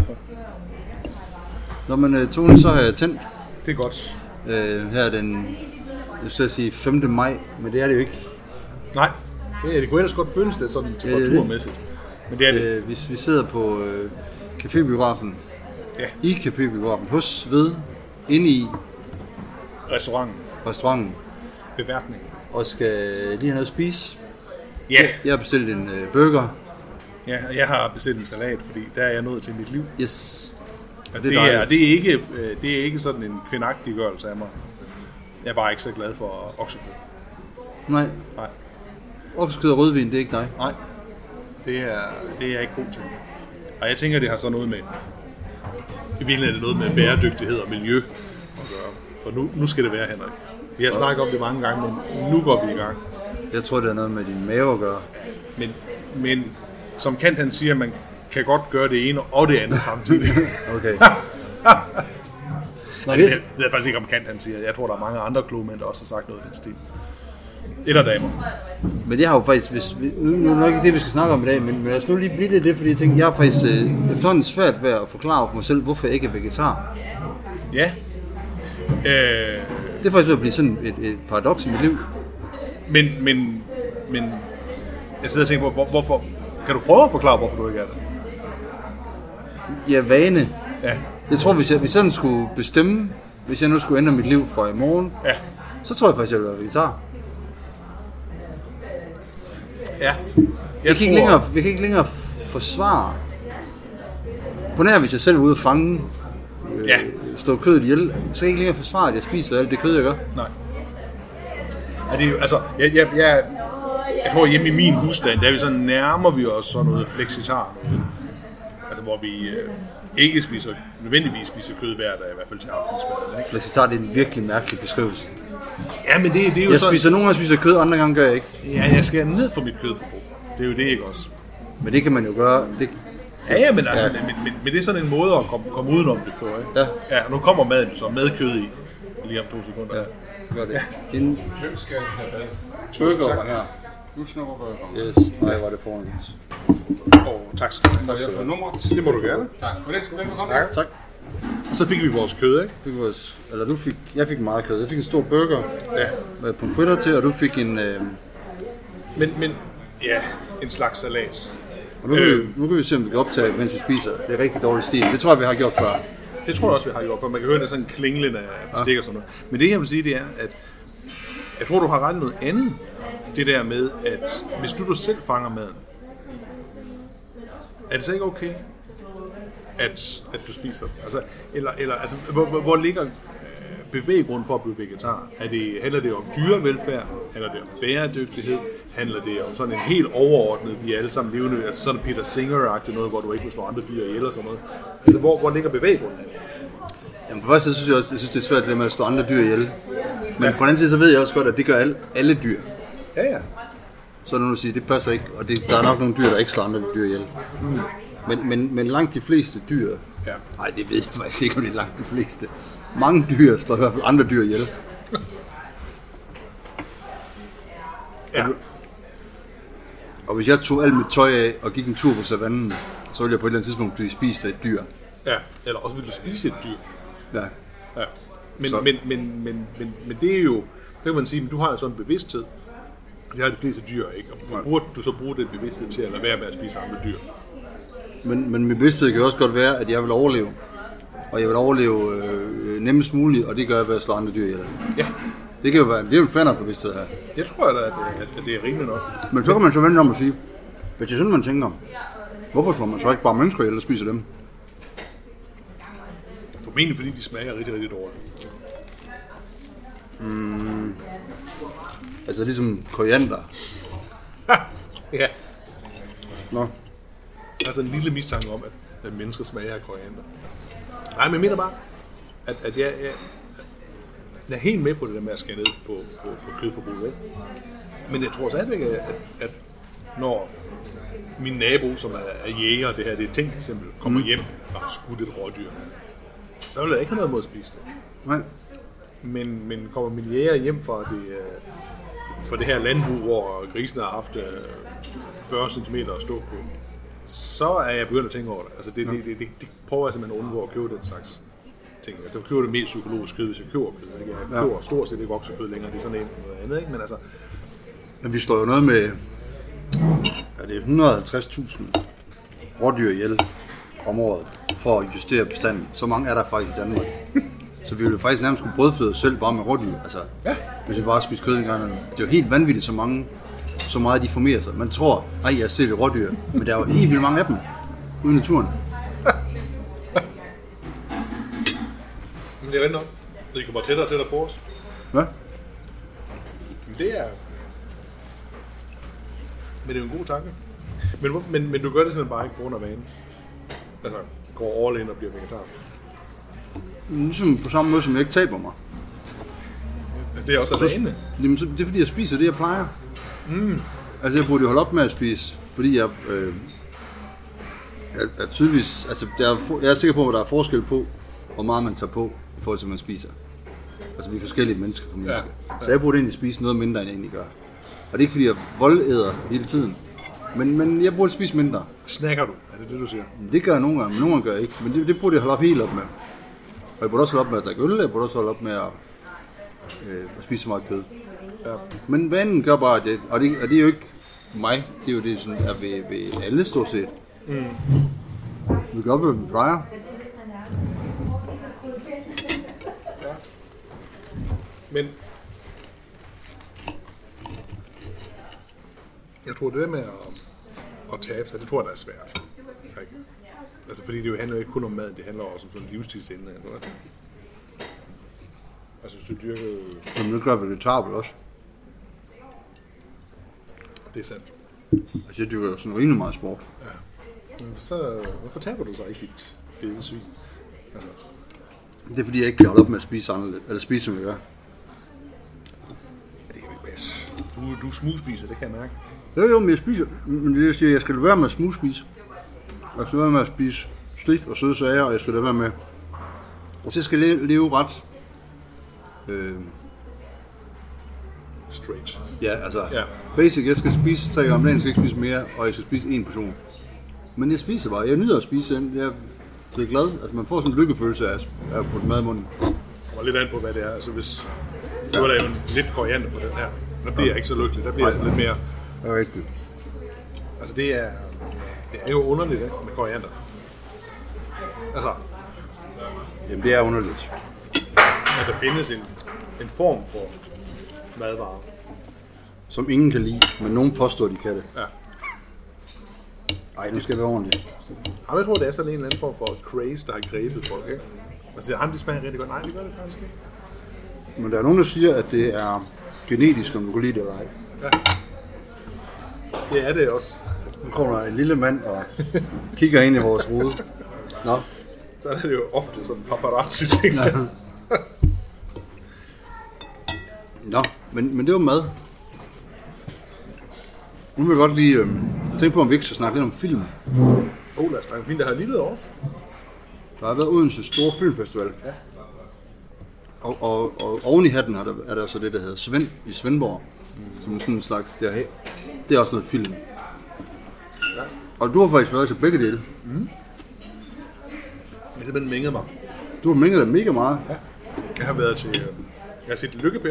Nå, men Tony, så har jeg tændt. Det er godt. Her er den, jeg skal sige 5. maj, men det er det jo ikke. Nej, det kunne ellers godt føles det sådan temperaturmæssigt. Men det er det. Vi sidder på cafébiografen. Ja. I cafébiografen hos Ved, inde i restauranten. Beværtning. Og skal lige have noget at spise. Ja. Jeg har bestilt en burger. Ja, og jeg har bestilt en salat, fordi der er jeg nået til mit liv. Yes. Det er ikke sådan en kvindagtiggørelse af mig. Jeg er bare ikke så glad for oksekød. Nej. Oksekød og rødvin, det er ikke dig? Nej. Det er jeg ikke god til. Og jeg tænker, det har så noget med... I virkeligheden er det noget med bæredygtighed og miljø at gøre. For nu skal det være, Henrik. Vi har snakket om det mange gange, men nu går vi i gang. Jeg tror, det er noget med din mave at gøre. Men som Kant han siger, man kan godt gøre det ene og det andet samtidig. Okay. Jeg ved faktisk ikke, om Kant han siger. Jeg tror, der er mange andre kloge mænd, der også har sagt noget i den stil. Eller damer. Men jeg har jo faktisk, nu er det ikke det, vi skal snakke om i dag, men lad os nu lige blive lidt det, fordi jeg tænker, jeg har faktisk efterhånden svært ved at forklare for mig selv, hvorfor jeg ikke er vegetar. Ja. Det er faktisk ved at blive sådan et paradoks i mit liv. Men jeg sidder og tænker på, hvorfor... Kan du prøve at forklare, hvorfor du ikke er det? Ja, vane. Ja. Jeg tror, hvis jeg sådan skulle bestemme, hvis jeg nu skulle ændre mit liv fra i morgen, så tror jeg faktisk, jeg ville være vegetar. Ja. Jeg kan ikke længere forsvare. På nær, hvis jeg selv er ude at fange, stå kødet ihjel, så kan jeg ikke længere forsvare, at jeg spiser alt det kød, jeg gør. Nej. Er det jo, altså, jeg tror hjemme i min husstand, der er vi så nærmer vi os sådan noget flexitar. Altså hvor vi ikke nødvendigvis spiser kød hver dag, i hvert fald til aftensmad. Flexitar, det er en virkelig mærkelig beskrivelse. Ja, men det er jo nogle gange spiser kød, andre gange gør jeg ikke. Ja, jeg skal ned for mit kødforbrug. Det er jo det, ikke også? Men det kan man jo gøre. Ja, men altså, men det er sådan en måde at komme udenom det på, ikke? Ja, og nu kommer maden så med kød i, lige om 2 sekunder. Ja, gør det. Hvem skal have hvad? Burger var her. Nu snupper burger. Yes, nej, var det foran. Tak skal du have. Jeg får nummeret. Det må du gerne. Tak for det. Velkommen. Tak. Og så fik vi vores kød, ikke? Jeg fik meget kød. Jeg fik en stor burger med pomfritter til, og du fik en... Men ja, en slags salat. Og nu kan vi se, om vi kan optage, mens vi spiser. Det er rigtig dårlig stil. Det tror jeg, vi har gjort før. Det tror jeg også, vi har gjort, for man kan høre, det er sådan en klinglen af bestik og sådan noget. Men det, jeg vil sige, det er, at jeg tror, du har ret i noget andet. Det der med, at hvis du selv fanger maden, er det så ikke okay, at du spiser den? Altså, hvor ligger bevæggrunden for at blive vegetar? Handler det om dyrevelfærd? Handler det om bæredygtighed? Handler det om sådan en helt overordnet, vi er alle sammen levende, altså sådan Peter Singer-agtigt noget, hvor du ikke vil slå andre dyr ihjel og sådan noget? Altså, hvor ligger bevæggrunden? Jamen på første synes jeg synes det er svært det med at slå andre dyr ihjel. Men på den anden side, så ved jeg også godt, at det gør alle dyr. Ja. Så nu sige, det passer ikke, og der er nok nogle dyr, der ikke slår andre dyr ihjel. Men langt de fleste dyr, nej, det ved jeg faktisk ikke, om det er langt de fleste. Mange dyr slår i hvert fald andre dyr ihjel. Ja. Og hvis jeg tog alt mit tøj af og gik en tur på savannen, så ville jeg på et eller andet tidspunkt blive spist af et dyr. Ja, eller også ville du spise et dyr. Ja. Men det er jo, så kan man sige, at du har jo sådan en bevidsthed. Det har de fleste dyr ikke, og burde du så bruge den bevidsthed til at lade være med at spise andre dyr? Men min bevidsthed kan også godt være, at jeg vil overleve. Og jeg vil overleve nemmest muligt, og det gør jeg ved at slå andre dyr ihjel. Ja. Det kan jo være, det er jo en fandme bevidsthed her. Det tror jeg da, at det er rimeligt nok. Men så kan man så vende om og sige, hvis det er sådan, man tænker, hvorfor slår man så ikke bare mennesker ihjel og spiser dem? Formentlig fordi de smager rigtig, rigtig dårligt. Altså ligesom koriander. Ja. Nå. Altså en lille mistanke om, at mennesker smager af koriander. Nej, men jeg mener bare, at jeg er helt med på det der med at skære ned på kødforbruget, ikke? Men jeg tror stadigvæk, at når min nabo, som er jæger, det her, det er et tænkt eksempel, kommer hjem og har skudt et rådyr, så vil jeg ikke have noget mod at spise det. Nej. Men kommer min jæger hjem fra det her landbrug, hvor grisene har haft 40 cm at stå på, så er jeg begyndt at tænke over det. Altså det prøver jeg simpelthen at undgå at købe den slags ting. Jeg køber det mest psykologisk kød, hvis jeg køber kød. Ikke? Jeg køber stort set ikke oksekød længere, det er sådan noget andet, ikke? Men altså... Men vi står jo noget med, det er 150.000 rådyr ihjel om året for at justere bestanden. Så mange er der faktisk i Danmark. Så vi ville faktisk nærmest kunne brødføde os selv bare med rådyr. Altså, hvis vi bare spiser kød en gang. Det er jo helt vanvittigt, så meget de formerer sig. Man tror, jeg ser det rådyr, men der er jo helt vildt mange af dem ude i naturen. Men det er rigtig nok. Det kommer tættere og tættere på os. Hvad? Men det er... Men det er jo en god tanke. Men du gør det simpelthen bare ikke på grund af vanen. Altså, går all in og bliver vegetar. Ligesom på samme måde, som jeg ikke taber mig. Det er også vane. Jamen, det er fordi, jeg spiser det, jeg plejer. Altså, jeg burde jo holde op med at spise, fordi jeg er tydeligvis... Altså, jeg er sikker på, at der er forskel på, hvor meget man tager på, i forhold til, hvad man spiser. Altså, vi er forskellige mennesker for mennesker. Ja. Så jeg burde egentlig spise noget mindre, end jeg egentlig gør. Og det er ikke, fordi jeg voldæder hele tiden. Men jeg burde spise mindre. Snakker du? Er det det, du siger? Det gør jeg nogle gange, men nogle gange gør jeg ikke. Men det burde jeg holde op helt op med. Og jeg burde også holde op med at drikke øl, jeg burde også holde op med at spise så meget kød. Ja. Men vanen gør bare det, og det er jo ikke mig, det er jo det, sådan, at ved alle stort set. Vi gør, hvad vi plejer. Ja. Men jeg tror, det der med at tabe sig, det tror jeg, der er svært. Altså, fordi det jo handler ikke kun om mad, det handler også om sådan en livsstilsændring. Altså, hvis du dyrker... Jamen, det gør vegetar også. Det er sandt. Altså, jeg dyrker sådan rimelig meget sport. Ja. Men så, hvorfor taber du så ikke dit fede svin? Altså. Det er fordi, jeg ikke kan holde op med at spise anderledes, eller spise, som jeg gør. Ja, det kan vi ikke passe. Du smugspiser, det kan jeg mærke. Jo, men jeg spiser. Men det siger, jeg skal lade være med at smugspise. Jeg skal lade være med at spise slik og søde sager, og jeg skal lade være med... Og så skal jeg leve ret... Straight. Ja, altså... Basic, jeg skal spise 3 gange om dagen, jeg skal ikke spise mere, og jeg skal spise 1 portion. Men jeg spiser bare. Jeg nyder at spise den. Jeg er glad. Altså, man får sådan en lykkefølelse af at putte mad i munden. Og lidt an på, hvad det er. Altså, hvis du er der jo lidt koriander på den her, der bliver jeg ikke så lykkelig. Der bliver jeg sådan lidt mere... Det er rigtigt. Altså, det er jo underligt, ikke? Med koriander. Altså... Jamen, det er underligt. At der findes en form for madvarer. Som ingen kan lide, men nogen påstår, de kan det. Ja. Ej, nu skal jeg være ordentligt. Jeg tror, det er sådan en eller anden form for craze, der har grebet folk, ikke? Altså, det smager rigtig godt. Nej, det gør det faktisk ikke. Men der er nogen, der siger, at det er genetisk, om du kan lide det eller ej. Ja. Det er det også. Nu kommer der en lille mand og kigger ind i vores rude. Nå. Så er det jo ofte sådan paparazzi-ting. Nå, men det var mad. Nu vil jeg godt lige tænke på, om vi ikke skal snakke lidt om film. Lad os snakke om film, der har lige været off. Der har været Odense Store Filmfestival. Ja. Og oven i hatten er der så det, der hedder Svend i Svendborg. Som sådan en slags, det er også noget film. Ja. Og du har faktisk været til begge dele. Men det har mænget mig. Du har mænget dig mega meget. Ja. Jeg har været til... Jeg har set Lykkepær.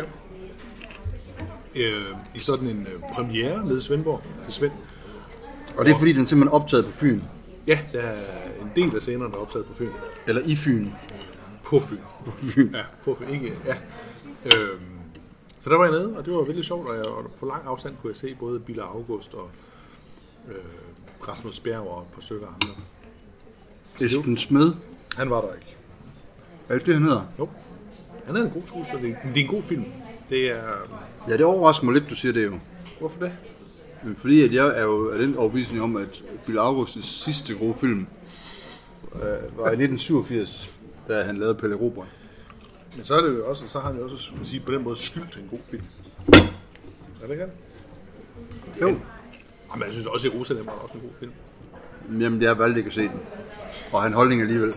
I sådan en premiere nede i Svendborg til Svend. Og det er fordi, den er simpelthen optaget på Fyn? Ja, der er en del af scenerne, der er optaget på Fyn. Eller i Fyn? På Fyn. På Fyn. Ja, på Fyn. Ikke, ja. Så der var jeg nede, og det var virkelig sjovt, og på lang afstand kunne jeg se både Bille August og Rasmus Bjerg og på stykker andre. Esben Smed? Han var der ikke. Er det han hedder? Jo. Han er en god skuespiller. Det er en god film. Det er... Ja, det overrasker mig lidt, du siger det jo. Hvorfor det? Fordi at jeg er jo af den overbevisning om, at Bille Augusts sidste gode film var i 1987, da han lavede Pelle Robert. Men så er det jo også, så har han jo også sige, på den måde skyld til en god film. Er det ikke det? Jo. Men jeg synes også, at Jerusalem var også en god film. Jamen, jeg valgte ikke at se den. Og han holdning alligevel.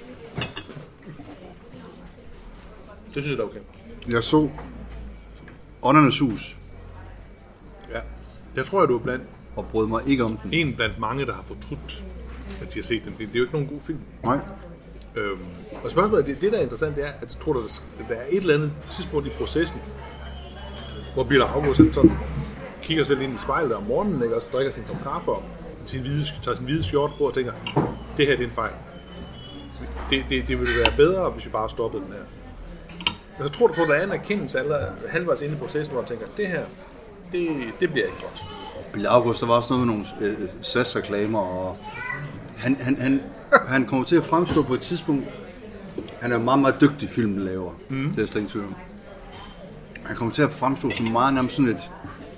Det synes jeg da okay. Jeg så Åndernes Hus. Ja. Der tror jeg, du er blandt og brød mig ikke om den. En blandt mange, der har fortrudt, at de har set den film. Det er jo ikke nogen god film. Nej. Og spørgsmålet, det der er interessant, det er, at jeg tror, der er et eller andet tidspunkt i processen, hvor Bille August sådan kigger selv ind i spejlet om morgenen, ikke, og så drikker sin kop kaffe og tager sin hvide skjorte på og tænker, det her det er en fejl. Det ville være bedre, hvis vi bare stoppede den her. Og så tror du, der er en erkendelse halvvejs inde i processen, hvor jeg tænker, det her, det bliver ikke godt. Bille August, der var også noget med nogle SAS-reklamer, og han kommer til at fremstå på et tidspunkt. Han er en meget, meget dygtig filmlaver. Det er slet ikke tvivl om. Han kommer til at fremstå som meget nærmest sådan et...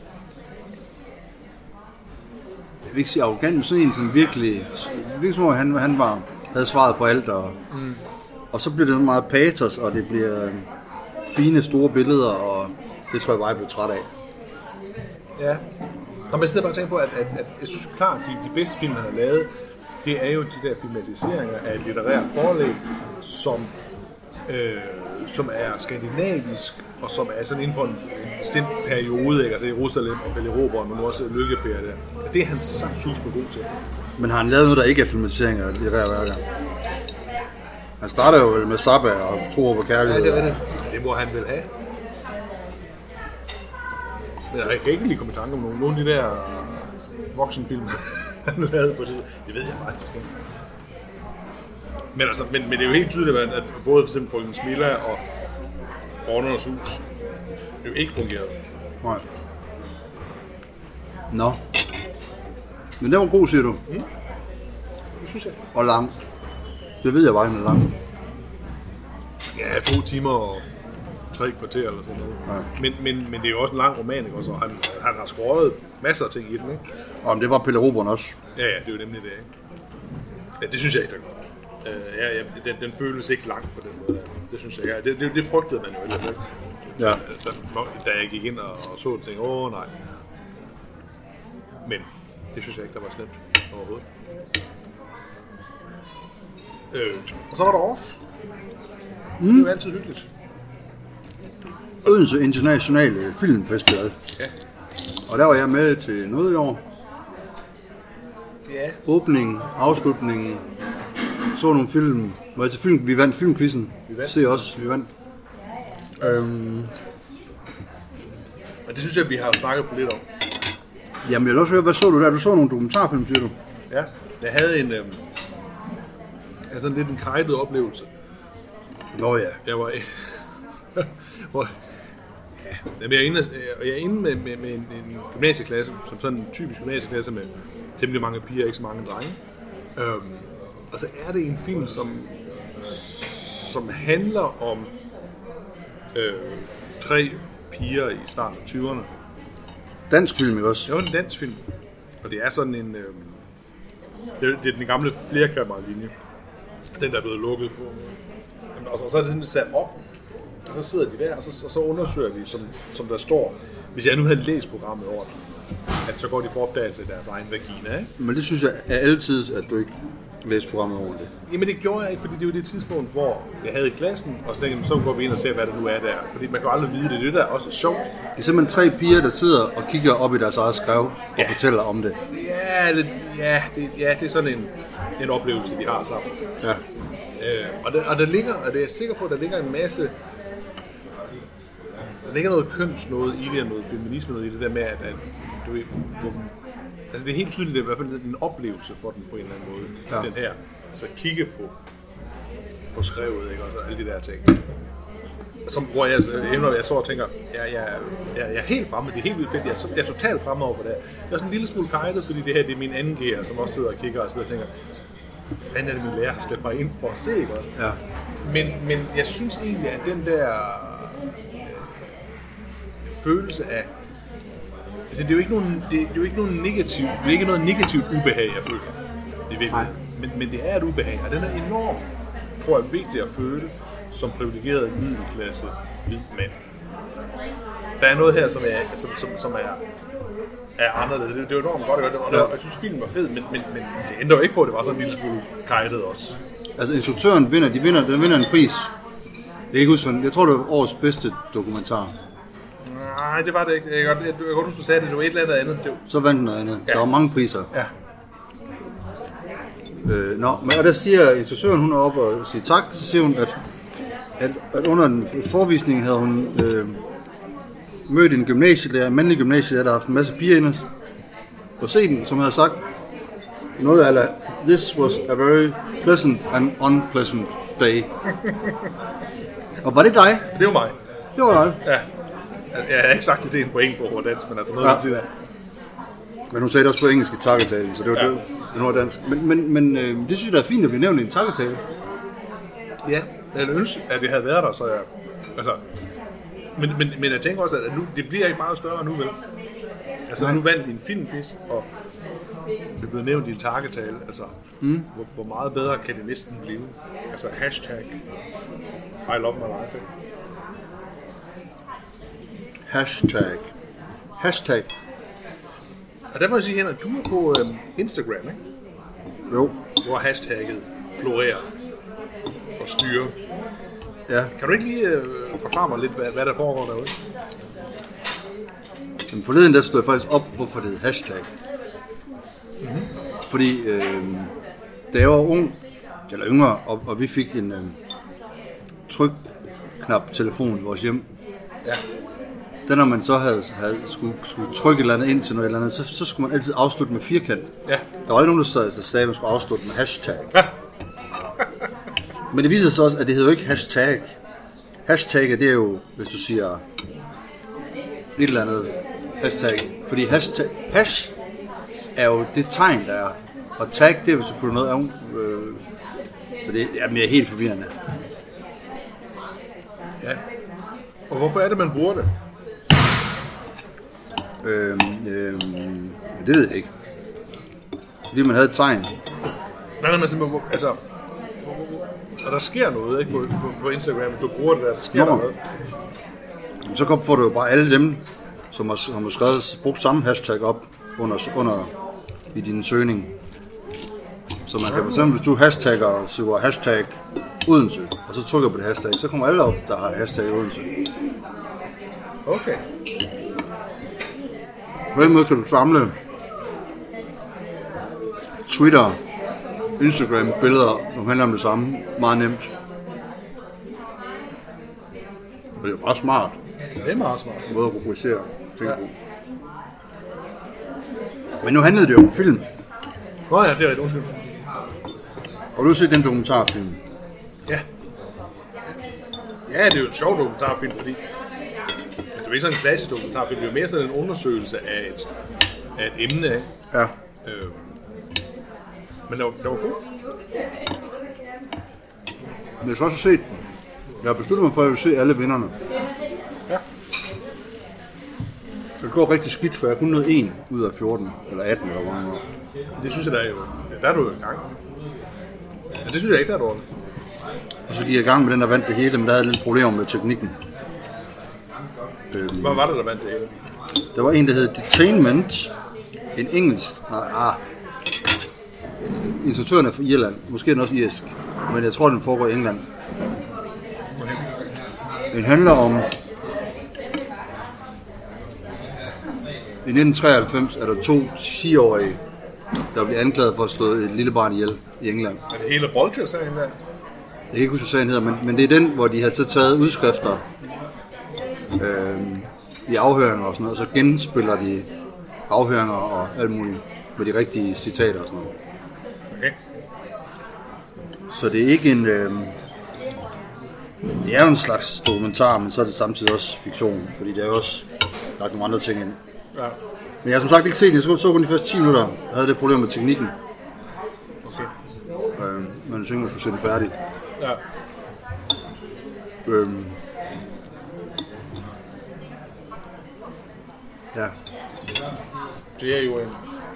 Jeg vil ikke sige arrogant, men sådan en, som virkelig som om han havde svaret på alt. Og så bliver det meget patos, og det bliver fine, store billeder, og det tror jeg bare, jeg blev træt af. Ja. Og man sidder bare og tænker på, at jeg synes klart, de bedste film, han har lavet, det er jo de der filmatiseringer af et litterært forlæg, som er skandinavisk, og som er sådan inden for en bestemt periode, ikke? Altså Jerusalem og Bellerober, men også Lykkepær der. Det er han saftsus på god til. Men har han lavet noget, der ikke er filmatisering af litterære værker? Han starter jo med Zappa og Tro på kærlighed. Ja, det må han vel have. Men jeg kan ikke lige komme i tanke om nogle af de der voksenfilm, han lavede på det. Det ved jeg faktisk ikke. Men, altså, men det er jo helt tydeligt, at både for eksempel Frøken Smilla og Bornernes Hus jo ikke fungerede. Nej. Nå. Men det var god, siger du. Det synes jeg. Og lang. Det ved jeg bare, han er lang. Ja, 2 timer og 3 kvarter eller sådan noget. Ja. Men det er jo også en lang roman, ikke? Også, og han har skåret masser af ting i den, ikke? Og det var Pelle Robern også. Ja, det er jo nemlig det, ikke? Ja, det synes jeg ikke, der er godt. Den føles ikke langt på den måde. Det synes jeg ikke. Det frygtede man jo ellers ikke. Ja. Da jeg gik ind og så det, tænkte nej. Men det synes jeg ikke, der var slemt overhovedet. Og så var der Off. Det er jo altid hyggeligt. Odense Internationale Filmfestival. Ja. Og der var jeg med til noget i år. Ja. Åbningen, afslutningen. Så nogle film. Var jeg til film? Vi vandt filmquizzen. Se også, vi vandt. Og det synes jeg, vi har snakket for lidt om. Jamen jeg vil også høre, hvad så du der? Du så nogle dokumentarfilm, siger du? Ja, jeg havde sådan lidt en kajtet oplevelse. Nå ja. Jeg var jeg er inde med en gymnasieklasse, som sådan en typisk gymnasieklasse med temmelig mange piger, ikke så mange drenge. Og så er det en film, som handler om 3 piger i starten af 20'erne. Dansk film, ikke også? Det var en dansk film. Og det er sådan en... det er den gamle flerkammerlinje. Den, der er blevet lukket på. Og så er det sat op. Og så sidder de der, og så undersøger de, som der står. Hvis jeg nu havde læst programmet over det, at så går de på opdagelse af deres egen vagina, ikke? Men det synes jeg er altid, at du ikke læser programmet over det. Jamen det gjorde jeg ikke, fordi det var det tidspunkt, hvor jeg havde i klassen, og så tænkte jeg, så går vi ind og ser, hvad der nu er der. Fordi man kan aldrig vide det. Det der er også sjovt. Det er simpelthen 3 piger, der sidder og kigger op i deres eget skrev og fortæller om det. Det er sådan en oplevelse, de har sammen. Ja. Og der ligger, og det er jeg sikker på, at der ligger en masse... Der ligger noget køns noget i det, og noget feminisme noget i det der med, at du ved, altså det er helt tydeligt, det er i hvert fald en oplevelse for den på en eller anden måde. Ja. Den her, altså kigge på skrevet, ikke, og så alle de der ting. Hvor jeg så og tænker, jeg er helt fremme, det er helt vildt fedt, jeg er totalt fremme over for det. Jeg er sådan en lille smule kajtet, fordi det her det er min anden gear, som også sidder og kigger og sidder og tænker, hvad fanden er det min lærer har slæbt mig ind for at se, ikke også? Ja. Men jeg synes egentlig, at den der følelse af, det er jo ikke noget negativt ubehag, jeg føler. Det er virkelig. Men det er et ubehag, og den er enormt, tror jeg, vigtig at føle som privilegeret middelklasse hvid mand. Der er noget her, som er anderledes. Det er jo enormt godt, og jeg synes, filmen var fed, men det ændrer jo ikke på, at det var sådan en lille smule kajtet også. Altså, instruktøren vinder en pris. Jeg kan ikke huske, jeg tror, det var årets bedste dokumentar. Nej, det var det ikke. Jeg kan godt huske, du sagde det. Det var et eller andet. Så vandt noget andet. Ja. Der var mange priser. Ja. Men der siger instruktøren, hun er oppe og siger tak, så siger hun, at under den forvisning havde hun mødt en mandlig gymnasielærer, der har haft en masse piger inde og se den, som havde sagt noget af this was a very pleasant and unpleasant day. Og var det dig? Det var mig. Det var dig. Ja. Jeg har ikke sagt, at det er en point på dansk, men altså noget til det. Men hun sagde det også på engelsk i takketalen, så det var det var dansk. Men det synes jeg, der er fint at blive nævnt i en takketale. Ja, jeg ønsker, at det havde været der, så jeg... Altså, men jeg tænker også, at nu, det bliver ikke meget større nu, vel? Altså, nu vandt vi en filmpris, og det er blevet nævnt i en takketale. Altså, hvor meget bedre kan det næsten blive? Altså, hashtag I love my life. Hashtag. Og der må jeg sige, Henrik, du er på Instagram, ikke? Jo. Hvor hashtagget florerer og styrer. Ja. Kan du ikke lige forklare mig lidt, hvad der foregår derude? Jamen, forleden der stod jeg faktisk op, hvorfor det er hashtag. Mm-hmm. Fordi da jeg var yngre, og vi fik en trykknap telefon i vores hjem. Ja. Der når man så havde skulle trykke et eller andet ind til noget eller andet, så skulle man altid afslutte med firkant. Ja. Der var ikke nogen, der sagde, at man skulle afslutte med hashtag. Men det viser sig også, at det hedder jo ikke hashtag. Hashtag, det er jo, hvis du siger et eller andet hashtag. Fordi hash er jo det tegn, der er. Og tag, det er, hvis du putter noget af. Så det er mere helt forvirrende. Ja. Og hvorfor er det, man bruger det? Det ved jeg ikke. Fordi man havde et tegn. Nej, men altså, og der sker noget, ikke, på Instagram, hvis du bruger det der, så sker der noget. Så får du jo bare alle dem, som har brugt samme hashtag op under i din søgning. Så man kan f.eks. hvis du hashtagger og søger hashtag Odense, og så trykker på det hashtag, så kommer alle op, der har hashtag Odense. Okay. På den måde kan du samle Twitter, Instagram, billeder, som handler om det samme, meget nemt. Og det er bare smart. Det er meget smart. Måde at rubricere ting på. Men nu handlede det jo om film. Nå ja, det er rigtigt, undskyld. Og du har set den dokumentarfilm? Ja. Ja, det er jo en sjov dokumentarfilm, fordi det er ikke sådan en klassisk dokumentarfilm, det er jo mere sådan en undersøgelse af et emne, ikke? Ja. Men det var god. Men jeg skal også have set den. Jeg har besluttet mig for, at jeg vil se alle vinderne. Ja. Det går rigtig skidt, for jeg kun nåede 1 ud af 14, eller 18 eller hvor mange år. Det synes jeg, der er jo. Ja, der er du jo i gang. Ja, det synes jeg ikke, der er dårligt. Og så gik jeg i gang med den, der vandt det hele, men der havde lidt problemer med teknikken. Hvad var det, der vandt det hele? Der var en, der hed Detainment. En engelsk. Instruktøren er fra Irland. Måske er den også irsk. Men jeg tror, den foregår i England. Den handler om... I 1993 er der 2 10-årige, der bliver anklaget for at slå et lille barn ihjel i England. Er det hele Bolger-sagen der? Jeg kan ikke huske, hvad sagen hedder, men det er den, hvor de har taget udskrifter i afhøringer og sådan noget, og så genspiller de afhøringer og alt muligt med de rigtige citater og sådan noget. Okay. Så det er ikke en... det er jo en slags dokumentar, men så er det samtidig også fiktion, fordi det er jo også lagt nogle andre ting ind. Ja. Men jeg har som sagt ikke set det. Jeg så kun de første 10 minutter. Jeg havde det problem med teknikken. Okay. Men jeg tænkte, at jeg skulle se den færdig. Ja. Ja. Det er jo en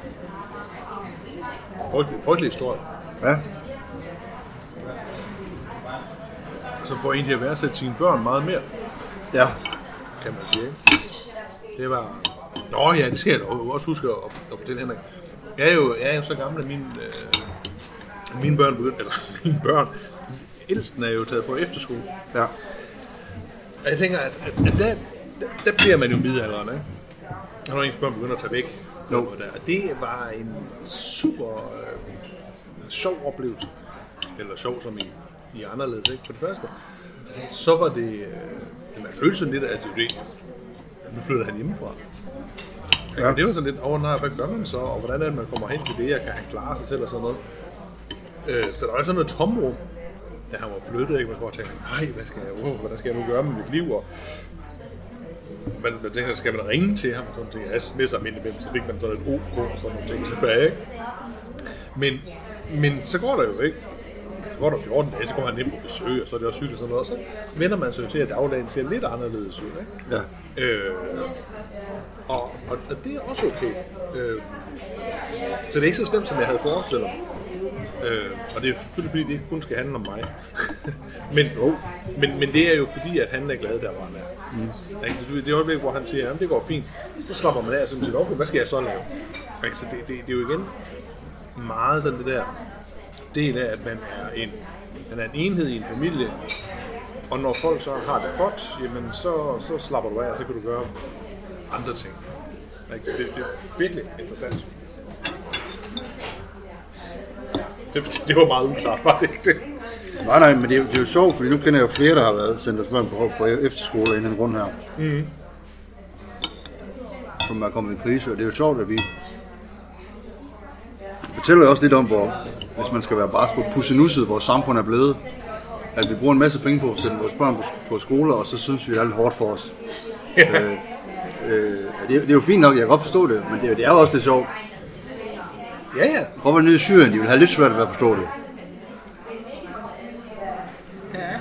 frygtelig historie. Ja. Som får en til at værdsætte sine børn meget mere, Ja. kan man sige. Det var... Nå ja, det skal jeg da også huske at fortælle, Henrik. Jeg er jo så gammel, at mine børn begyndte, eller mine børn, ældsten er jo taget på efterskole. Ja. Og jeg tænker, at der bliver man jo midaldrende, ikke? Og når ens børn begynder at tage væk. No. Og det var en super sjov oplevelse. Eller sjov som i anderledes, ikke? For det første. Så var det... man følte sådan lidt, at nu flyttede han hjemmefra. Ja. Det var sådan lidt, nej, hvad gør man så? Og hvordan er det, man kommer hen til det? Og kan han klare sig selv og sådan noget? Så der var sådan noget tomrum, da han var flyttet. Ikke? Man går og tænker, nej, hvordan skal jeg nu gøre med mit liv? Og man tænker, skal man ringe til ham? Og sådan ting. Jeg smisser ham ind imellem, så fik man sådan et OK og sådan nogle ting tilbage. Ikke? Men så går der jo ikke. Så går der 14 dage, så kommer han ind på besøg, og så er det også sygt og sådan noget. Og så vender man sig til, at dagligdagen ser lidt anderledes ud. Ikke? Ja. Og det er også okay. Så det er ikke så slemt, som jeg havde forestillet mig. Og det er selvfølgelig fordi, det ikke kun skal handle om mig. men det er jo fordi, at han er glad, der var han er. Det øjeblik, hvor han siger, at det går fint, så slapper man af og siger, okay, hvad skal jeg så lave? Så det er jo igen meget sådan det der del af, at man er en enhed i en familie, og når folk så har det godt, jamen så slapper du af, og så kan du gøre andre ting. Så det er virkelig interessant. Det var meget uklart, var det ikke det? Nej, men det er jo sjovt, fordi nu kender jeg jo flere, der har været sendt deres børn på efterskole inden rundt her. Mm. Som er kommet i krise, og det er jo sjovt, at vi fortæller også lidt om, hvor, hvis man skal være bare på pussenusset, vores samfund er blevet, at vi bruger en masse penge på at sende vores børn på skoler, og så synes vi, det er lidt hårdt for os. Det er jo fint nok, jeg kan godt forstå det, men det er jo også lidt sjovt. Ja. Prøv at nede i Syrien, de vil have lidt svært ved at forstå det. Ja.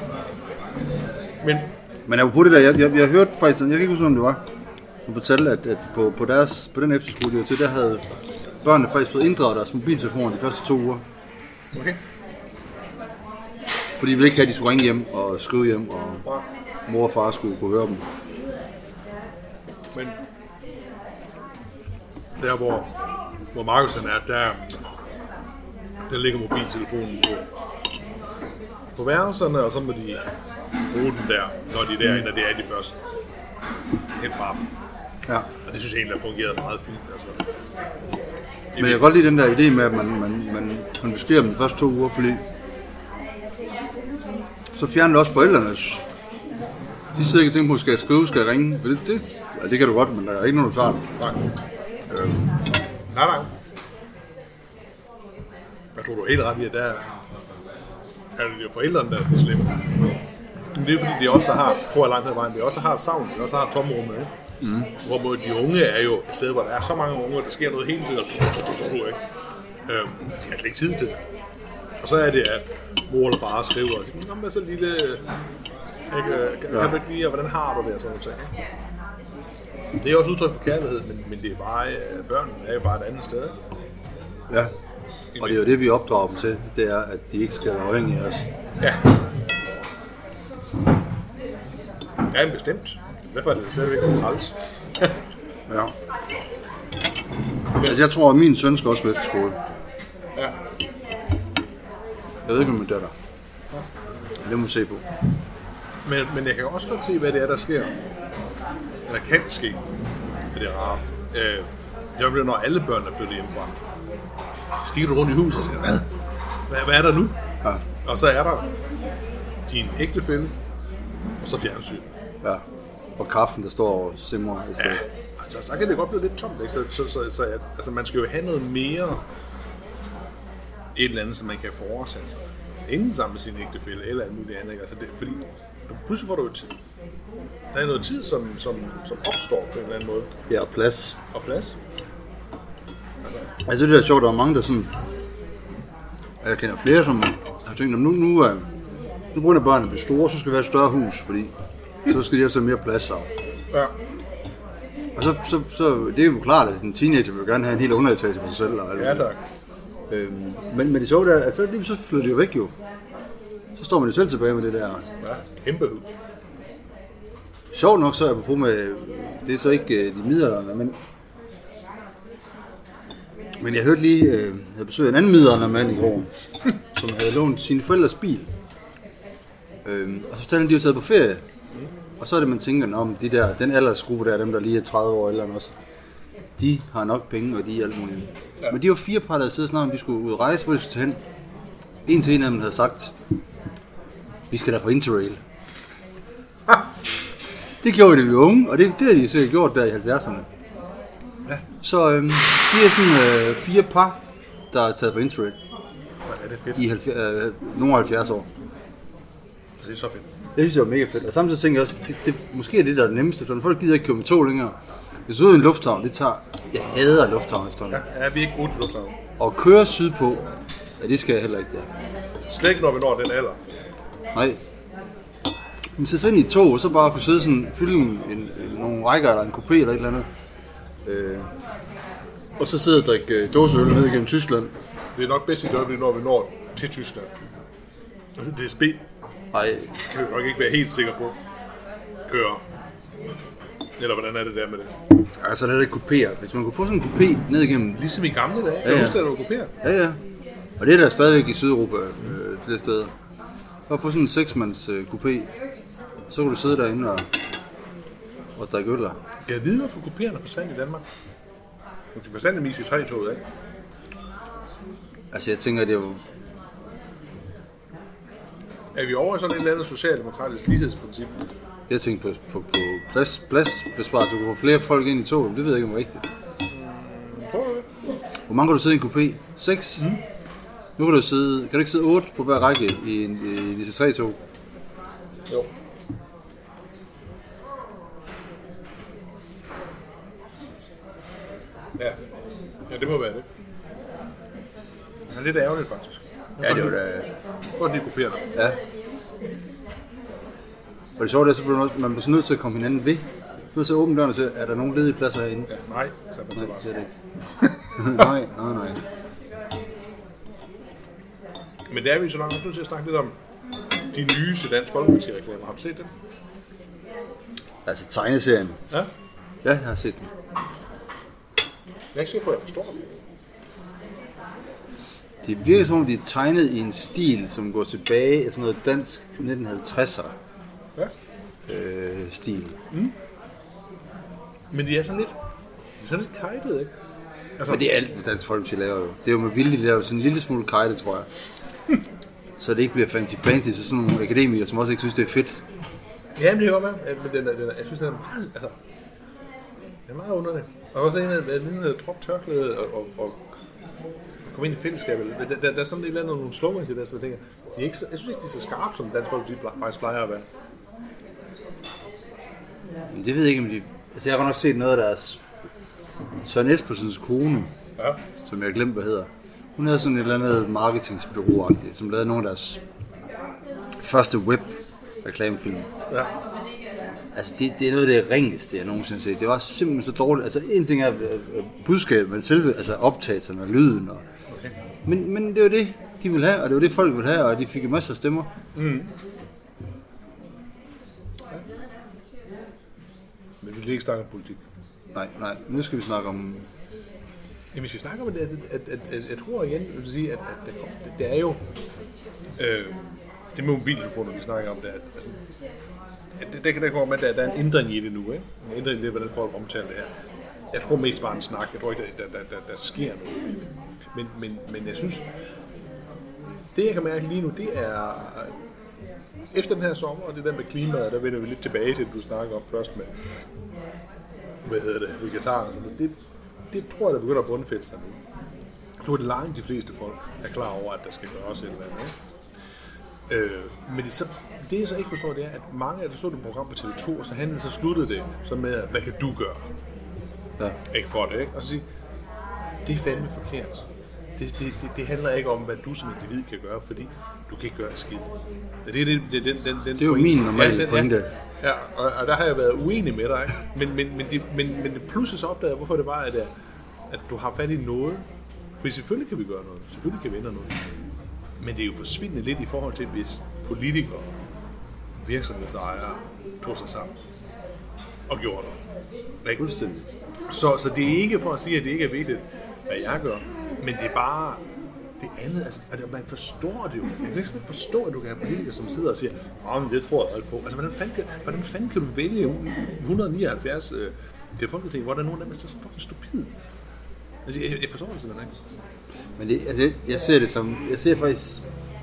Men jeg på det der, jeg hørte faktisk, jeg kan ikke huske, om det var, hun fortalte, at på den efterskole, de var til, der havde børnene faktisk fået inddraget deres mobiltelefoner de første 2 uger. Okay. Fordi de ville ikke have, at de skulle ringe hjem og skrive hjem, og mor og far skulle kunne høre dem. Men der hvor Markus er, der ligger mobiltelefonen på værelserne, og så må de bruge den der, når de er derinde, og det er de første hen på aften. Ja. Og det synes jeg egentlig har fungeret meget fint. Altså. Men jeg kan godt lide den der idé med, at man konfiskerer dem de første 2 uger, fordi så fjerner det også forældrenes. De sidder ikke og tænker på, skal jeg skrive, skal jeg ringe? Det kan du godt, men der er ikke nogen, der tager det. Nej. Jeg tror, du er helt ret i, at der er det jo forældrene, der er slemme. Men det er fordi, de også har, tror jeg langt ad vejen, de også har savn, de også har tomrummet, ikke? Mm. Hvor de unge er jo et sted, hvor der er så mange unge, der sker noget hele tiden, ikke? De har ikke tid til det. Og så er det, at mor eller far skriver og siger, nå, men så lille, kan du ikke lide, og hvordan har du det, og sådan noget. Det er også udtryk for kærlighed, men det er bare, børnene er jo bare et andet sted. Ja, og det er jo det, vi opdrager dem til, det er, at de ikke skal være afhængige af os. Ja. Ja, bestemt. Derfor er det stadigvæk træls. Ja. Altså, jeg tror, at min søn skal også med til skole. Ja. Jeg ved ikke, om min datter. Det må vi se på. Men jeg kan også godt se, hvad det er, der sker. Eller kan ske. Det er rart. Jeg oplever, når alle børn er flyttet hjemmefra. Så kigger du rundt i huset og siger, hvad er der nu? Ja. Og så er der din ægtefælle, og så fjernsyn. Ja, og kaffen, der står og simrer i stedet. Ja, altså, så kan det godt blive lidt tomt, ikke? Så altså, man skal jo have noget mere et eller andet, som man kan forårsage sig. Enten sammen med sin ægtefælle eller alt muligt andet. Altså, fordi pludselig får du jo tid. Der er noget tid, som opstår på en eller anden måde. Ja, og plads. Og plads. Altså det er sjovt, der er mange, der sådan... Jeg kender flere, som har tænkt, nu begynder børnene at blive store, så skal vi have et større hus, fordi så skal de have så mere plads af. Ja. Og så det er jo klart, at en teenager vil gerne have en hel underetage for sig selv. Ja, tak. Men det sjovt er, at så flytter de jo væk jo. Så står man jo selv tilbage med det der. Ja, kæmpe hus. Sjovt nok så er jeg på med, det er så ikke de middelaldrende, men jeg hørte lige, jeg besøgte en anden middelaldrende mand i går, som havde lånt sine forældres bil. Og så fortalte de, at de var taget på ferie. Og så er det, man tænker, om den aldersgruppe der, dem der lige er 30 år eller også, de har nok penge, og de er alt muligt. Ja. Men de var 4 par, der sidder snart, om de skulle ud og rejse, hvor de skulle tage hen. En til en af dem havde sagt, vi skal da på Interrail. Det gjorde de jo unge, og det har de sikkert gjort der i 70'erne. Ja. Så de er sådan 4 par, der er taget på Interrail. Ja, det er fedt. I nogle 70 år. Så det er så fedt. Det synes jeg var mega fedt. Og samtidig tænker jeg også, måske er det der er det nemmeste, for folk gider ikke køre med tog længere. Hvis du er i en lufthavn, det tager... Jeg hader lufthavn efterhånden. Ja, vi er ikke gode til lufthavn. Og køre sydpå, ja, det skal jeg heller ikke. Ja. Slet ikke, når vi når den alder. Nej. Men så ind i et tog, og så bare kunne sidde sådan, fylde nogle rækker eller en coupé eller et eller andet. Og så sidde og drikke dåseøl ned igennem Tyskland. Det er nok bedst i det øjeblik, når vi når til Tyskland. Altså DSB kan vi nok ikke være helt sikre på kører. Eller hvordan er det der med det? Altså det er ikke kupéer. Hvis man kunne få sådan en coupé ned igennem... Ligesom i gamle dage. Kan du huske, at der var kupéer? Ja. Og det er der stadigvæk i Sydeuropa, det steder. Og få sådan en 6-mands coupé, så kunne du sidde derinde og drikke øl. Kan jeg vide, hvorfor kupéerne forsvandt i Danmark? De forsvandt nemlig i 3-toget, ikke? Altså jeg tænker, det er jo... Er vi over i sådan et eller andet socialdemokratisk lighedsprincip? Jeg tænker på pladsbesparelse. Du kan få flere folk ind i toget. Det ved jeg ikke om det er rigtigt. Tror du det? Hvor mange kan du sidde i en coupé? 6? Nu kan du ikke sidde 8 på hver række i disse 3-tog? Jo. Ja, det må være det. Det er lidt ærgerligt, faktisk. Ja, det var da... Prøv at lige kopiere dig. Ja. Og det sjovt er, så bliver man bliver nødt til at komme hinanden ved. Du er så åbne dørene til, er der nogen ledige pladser herinde? Ja, nej, så er det ikke. nej. Men det er vi så langt nødt til at snakke lidt om de nyeste Dansk Folkeparti-reklamer. Har du set dem? Altså tegneserien? Ja. Ja, jeg har set den. Jeg er ikke sikker på, at jeg forstår dem. Det virker som om, de er tegnet i en stil, som går tilbage i sådan noget dansk 1950'er stil. Mm. Men de er sådan lidt kajtede, ikke? Altså... Men det er alt, det Dansk Folkeparti laver jo. Det er jo med vilje, de laver sådan en lille smule kajtet, tror jeg. Så det ikke bliver fancy til sådan nogle akademikere, som også ikke synes, det er fedt. Ja, men det er godt med. Men jeg synes, den er meget... Altså, det er meget underligt. Og også en af den drop tørklæde og komme ind i fællesskabet. Der er sådan et eller andet nogle slogans i det, som jeg tænker, jeg synes ikke, de er så skarpe, som Dansk Folkeparti faktisk plejer at være. Men det ved jeg ikke, om de... Altså, jeg har nok set noget af deres... Søren Espersens kone, som jeg har glemt, hvad hedder. Hun havde sådan et eller andet marketingsbureau-agtigt, som lavede nogle af deres første web-reklamefilm. Ja. Altså, det er noget af det ringeste, jeg nogensinde har set. Det var simpelthen så dårligt. Altså, en ting er budskabet, men selve optagelserne og lyden. Okay. Men det var det, de ville have, og det var det, folk ville have, og de fik en masse stemmer. Mm. Men vi vil ikke snakke om politik. Nej. Nu skal vi snakke om... Jamen, vi skal snakke om, at jeg tror igen, jeg vil sige, at det er jo... det med mobiltelefoner, vi snakker om, det er... Altså, det kan komme med, at der er en ændring i det nu, ikke? En ændring i det, hvordan folk omtaler det her. Jeg tror mest bare en snak. Jeg tror ikke, der sker noget i det. Men jeg synes... Det, jeg kan mærke lige nu, det er... Efter den her sommer, og det der med klimaet, der vender vi lidt tilbage til, det du snakker om først med... Hvad hedder det? Vegetaren og sådan noget. Det tror jeg, der begynder at bundfælde sig nu. Jeg tror, det langt de fleste folk er klar over, at der skal gøres et eller andet. Men det jeg så ikke forstår, det er, at mange af det så et program på TV2, og så handlede så sluttede det så med, hvad kan du gøre? Ja. Ikke for det, ikke? Og så sige, det er fandme forkert. Det handler ikke om, hvad du som individ kan gøre, fordi du kan ikke gøre en skid. Det er jo min normale pointe. Ja, og der har jeg været uenig med dig, men det pludselig så opdager, hvorfor det var, at du har fat i noget. For selvfølgelig kan vi gøre noget, selvfølgelig kan vi ændre noget. Men det er jo forsvindende lidt i forhold til, hvis politikere, virksomhedsejere tog sig sammen og gjorde det. Så det er ikke for at sige, at det ikke er vigtigt, hvad jeg gør, men det er bare det andet, altså, man forstår det jo. Jeg kan ikke forstå, at du kan have politikere, som sidder og siger, men det tror jeg alt på. Altså, hvordan fanden kan du vælge 179 til Folketinget, hvor der er nogen, der er så fucking stupid? Altså, jeg forstår det simpelthen ikke. Men det, altså, jeg ser det som, jeg ser faktisk,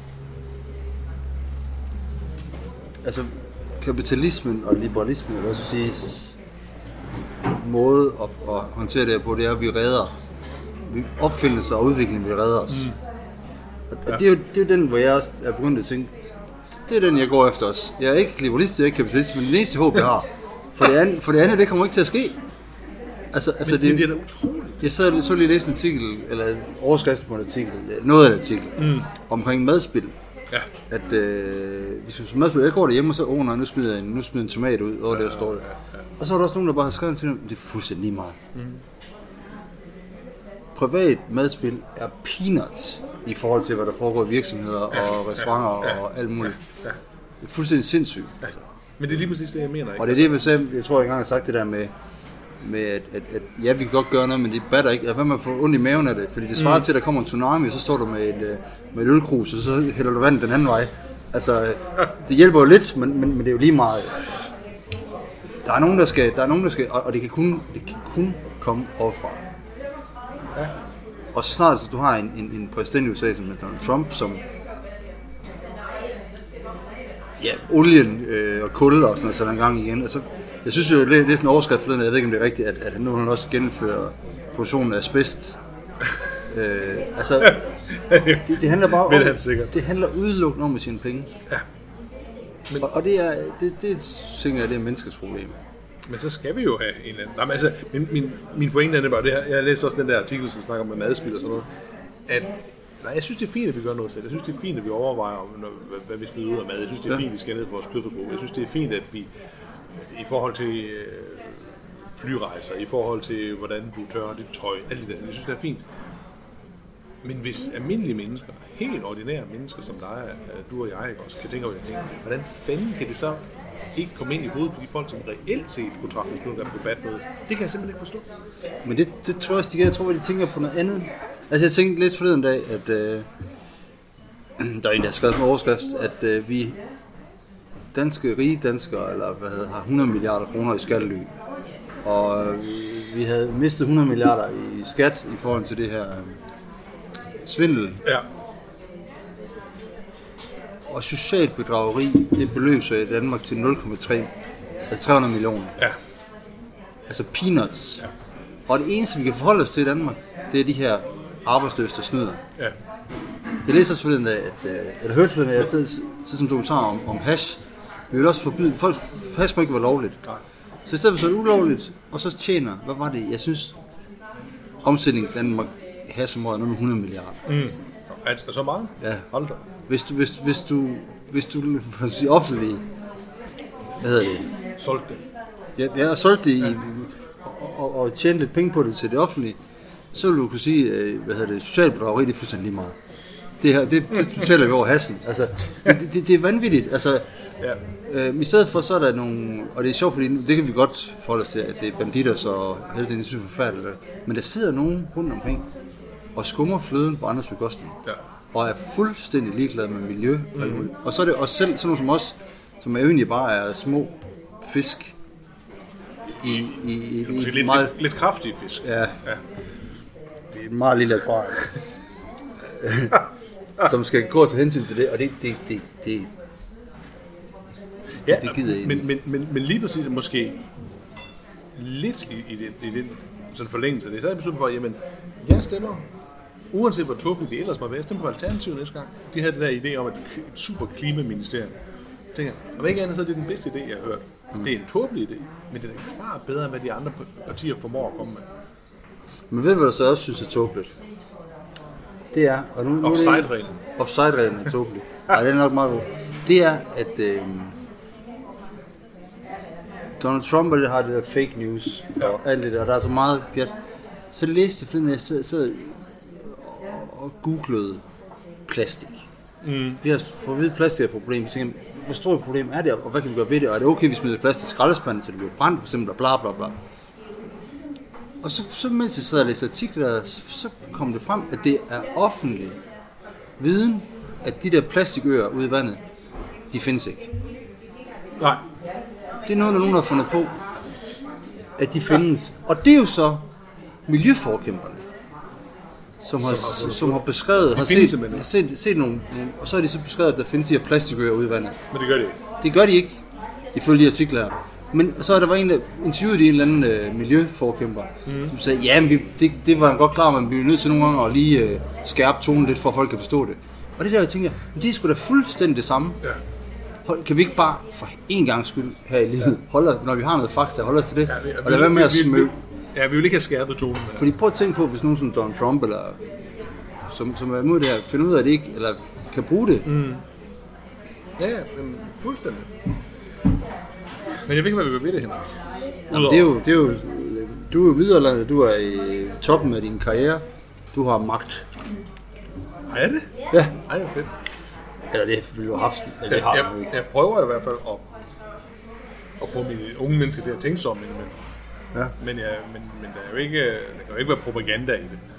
altså, kapitalismen og liberalismen, eller også siges, måde at håndtere det på, det er, at vi redder. Opfindelser og udvikling vil redde os. Og det er jo den, hvor jeg også er begyndt at tænke, det er den, jeg går efter os. Jeg er ikke liberalist, jeg er ikke kapitalist, men den eneste håb, jeg har. For det andet, det kommer ikke til at ske. Altså, men det er da utroligt. Jeg så lige læste en artikel, eller en overskrift på en artikel, noget af en artikel, omkring madspil. Ja. At hvis madspil, jeg går derhjemme, og så, nu smider jeg en tomat ud, og der står det. Og så var der også nogen, der bare har skrevet til dem, det er fuldstændig lige meget. Privat madspil er peanuts i forhold til, hvad der foregår i virksomheder og restauranter og alt muligt. Det er fuldstændig sindssygt. Altså. Men det er lige præcis det, jeg mener. Ikke? Og det er det, jeg tror, jeg engang har sagt det der med at ja, vi kan godt gøre noget, men det batter ikke. Hvad man får ondt i maven af det, fordi det svarer til, at der kommer en tsunami, og så står du med et ølkrus, og så hælder du vand den anden vej. Altså, det hjælper jo lidt, men det er jo lige meget. Altså. Der er nogen, der skal, og det kan kun komme overfra. Ja. Og så snart du har en præsident i USA som Donald Trump, som olien og kul og sådan noget sætter en gang igen. Altså, jeg synes jo, det er sådan en overskrift forleden, jeg ved ikke om det er rigtigt, at nu han også gennemfører produktionen af asbest. Altså, det handler bare om, det handler udelukkende om at tjene penge. Ja. Men, og det tænker jeg, det er menneskets problem. Men så skal vi jo have en eller anden. Jamen, altså, min pointe er bare det her. Jeg læste også den der artikel, som snakker om madspil og sådan noget. Jeg synes, det er fint, at vi gør noget selv. Jeg synes, det er fint, at vi overvejer, hvad vi skal ud af mad. Jeg synes, det er fint, at vi skal ned for vores kødforbrug. Jeg synes, det er fint, at vi i forhold til flyrejser, i forhold til, hvordan du tørrer dit tøj, alt det der. Jeg synes, det er fint. Men hvis almindelige mennesker, helt ordinære mennesker, som dig, du og jeg også, kan tænke over det, hvordan fanden kan det så ikke komme ind i hovedet på de folk, som reelt set kunne træffe beslutninger på debat noget? Det kan jeg simpelthen ikke forstå. Men det tror jeg også, jeg tror, at de tænker på noget andet. Altså jeg tænkte lidt forleden dag, at der er en, der har skrevet en overskrift, at vi rige danskere, eller har 100 milliarder kroner i skattely. Og vi havde mistet 100 milliarder i skat i forhold til det her svindel. Ja. Og socialt bedrageri, det beløb sig i Danmark til 0,3, altså 300 millioner. Ja. Altså peanuts. Ja. Og det eneste, vi kan forholde os til i Danmark, det er de her arbejdsløse, der snyder. Ja. Jeg læste også forleden af, eller hørte forleden af, så som dokumentar om hash. Vi vil også forbyde, hash må ikke være lovligt. Nej. Så i stedet for så er det ulovligt, og så tjener, hvad var det? Jeg synes, omsætningen i Danmark hashområdet er noget med 100 milliarder. Altså så meget? Ja. Hold da. Hvis du offentligt, hvad hedder det? Solgte det. Ja, solgte det og tjente lidt penge på det til det offentlige, så vil du kunne sige, hvad hedder det, socialt bedrageri, det er fuldstændig lige meget. Det her, det betaler vi over hassen. Altså, det er vanvittigt. Altså, ja. I stedet for, så er der nogle, og det er sjovt, fordi det kan vi godt forholde os til, at det er banditter, så hele tiden, det synes jeg forfærdeligt. Men der sidder nogen rundt omkring og skummer fløden på andres bekostning. Ja. Og er fuldstændig ligeglad med miljø. Og så er det også selv sådan nogle som os, som er egentlig bare er små fisk i lidt kraftige fisk. Ja. Det er et meget lille akvarium. Som skal gå til hensyn til det, og det gider jeg ikke. Men lige præcis måske lidt i den sådan forlængelse af det, så er jeg besluttet for, jamen, jeg stemmer, uanset hvor tåbeligt det ellers må være, jeg stemmer på Alternativet næste gang. De havde den der idé om et super klimaministerium. Jeg tænker, om ikke andet, så er det den bedste idé, jeg har hørt. Det er en tåbelig idé, men det er bare bedre, end hvad de andre partier formår at komme med. Men ved du, hvad jeg så også synes er tåbeligt? Det er, og nu offside-reglen. Offside-reglen er tåbelig. Nej, det er nok meget god. Det er, at Donald Trump har det der fake news og alt det der, og der er så meget pjat. Så læste jeg forleden, at jeg sad og googlede plastik. Vi har fået at vide, at plastik er et problem. Så tænker jeg, hvor stort et problem er det, og hvad kan vi gøre ved det? Og er det okay, hvis vi smider plastik i skraldespanden, så det bliver brændt, for eksempel, og bla bla bla. Og så mens jeg sad og læste artikler, så kom det frem, at det er offentligt viden, at de der plastikøer ude i vandet, de findes ikke. Nej. Det er noget, der nogen har fundet på, at de findes. Og det er jo så miljøforkæmperne, som har beskrevet, har set nogle, og så har de så beskrevet, at der findes de her plastikøer ude i vandet. Men det gør det ikke. Det gør de ikke, ifølge de artikler her. Men så er der en, der interviewede en eller anden miljøforkæmper, som sagde, ja, det var han godt klar, men vi er nødt til nogle gange at lige skærpe tonen lidt, for at folk kan forstå det. Og det der, jeg tænker, det er sgu da fuldstændig det samme. Ja. Kan vi ikke bare for en gang skyld her i livet, når vi har noget fakta, holde os til det, og lade være med at smøge. Ja, vi vil ikke have skærpet tonen. Fordi prøv at tænke på, hvis nogen som Donald Trump, eller som er imod det her, finder ud af det ikke, eller kan bruge det. Ja, fuldstændig. Men jeg ved ikke, hvad vi gør ved det, Henrik. Jamen, det er jo, du er jo videre, du er i toppen af din karriere. Du har magt. Er det? Ja. Ej, det er fedt. Eller det ville du have haft. Jeg prøver i hvert fald at få mine unge mennesker til at tænke sig om, men der er jo ikke, der kan jo ikke være propaganda i det.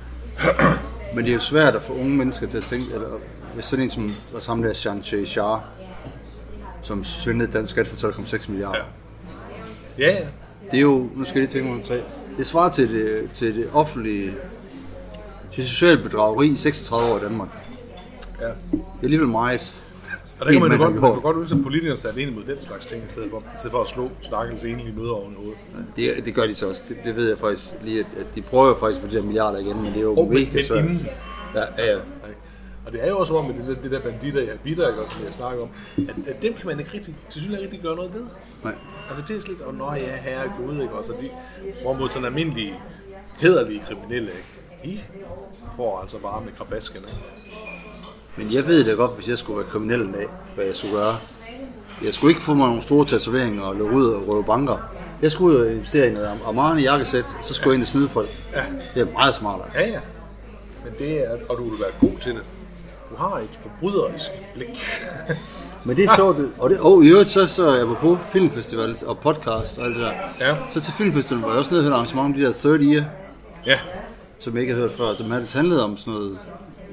Men det er jo svært at få unge mennesker til at tænke, eller hvis sådan en som var sammen der Shang-Chi Shah, som svindlede dansk skat for 12,6 milliarder. Ja. Det er jo, nu skal jeg lige tænke mig om 3. Det svarer til det offentlige, til socialt bedrageri i 36 år i Danmark. Ja. Det er alligevel meget. Og der kan man jo godt ud som politikere sætte ind mod den slags ting, i stedet for at slå stakkels enlige møder oven i hovedet. Det gør de så også. Det ved jeg faktisk lige, at de prøver jo faktisk for de der milliarder igen, men det er jo mega svært. Ja. Og det er jo også om med det der banditter, som jeg snakker om, at dem kan man ikke rigtig gøre noget ved. Nej. Altså det er slet, herregud, ikke? Også de, hvorimod sådan almindelige, hæderlige kriminelle, ikke? De får altså bare med krabasken, ikke? Men jeg ved da godt, hvis jeg skulle være kriminel en dag, hvad jeg skulle gøre. Jeg skulle ikke få mig nogle store tatoveringer og løbe ud og røve banker. Jeg skulle jo investere i noget Armani jakkesæt, så skulle jeg ind og snyde folk. Ja. Det er meget smartere. Ja. Men det er, og du vil være god til det. Du har et forbryderisk blik. Men det er sjovt, og i øvrigt så er jeg på filmfestival og podcast og alt det der. Ja. Så til filmfestivalen var jeg også nede og hørte arrangement om de der 30 year. Ja. Som jeg ikke havde hørt før. Som handlede om sådan noget,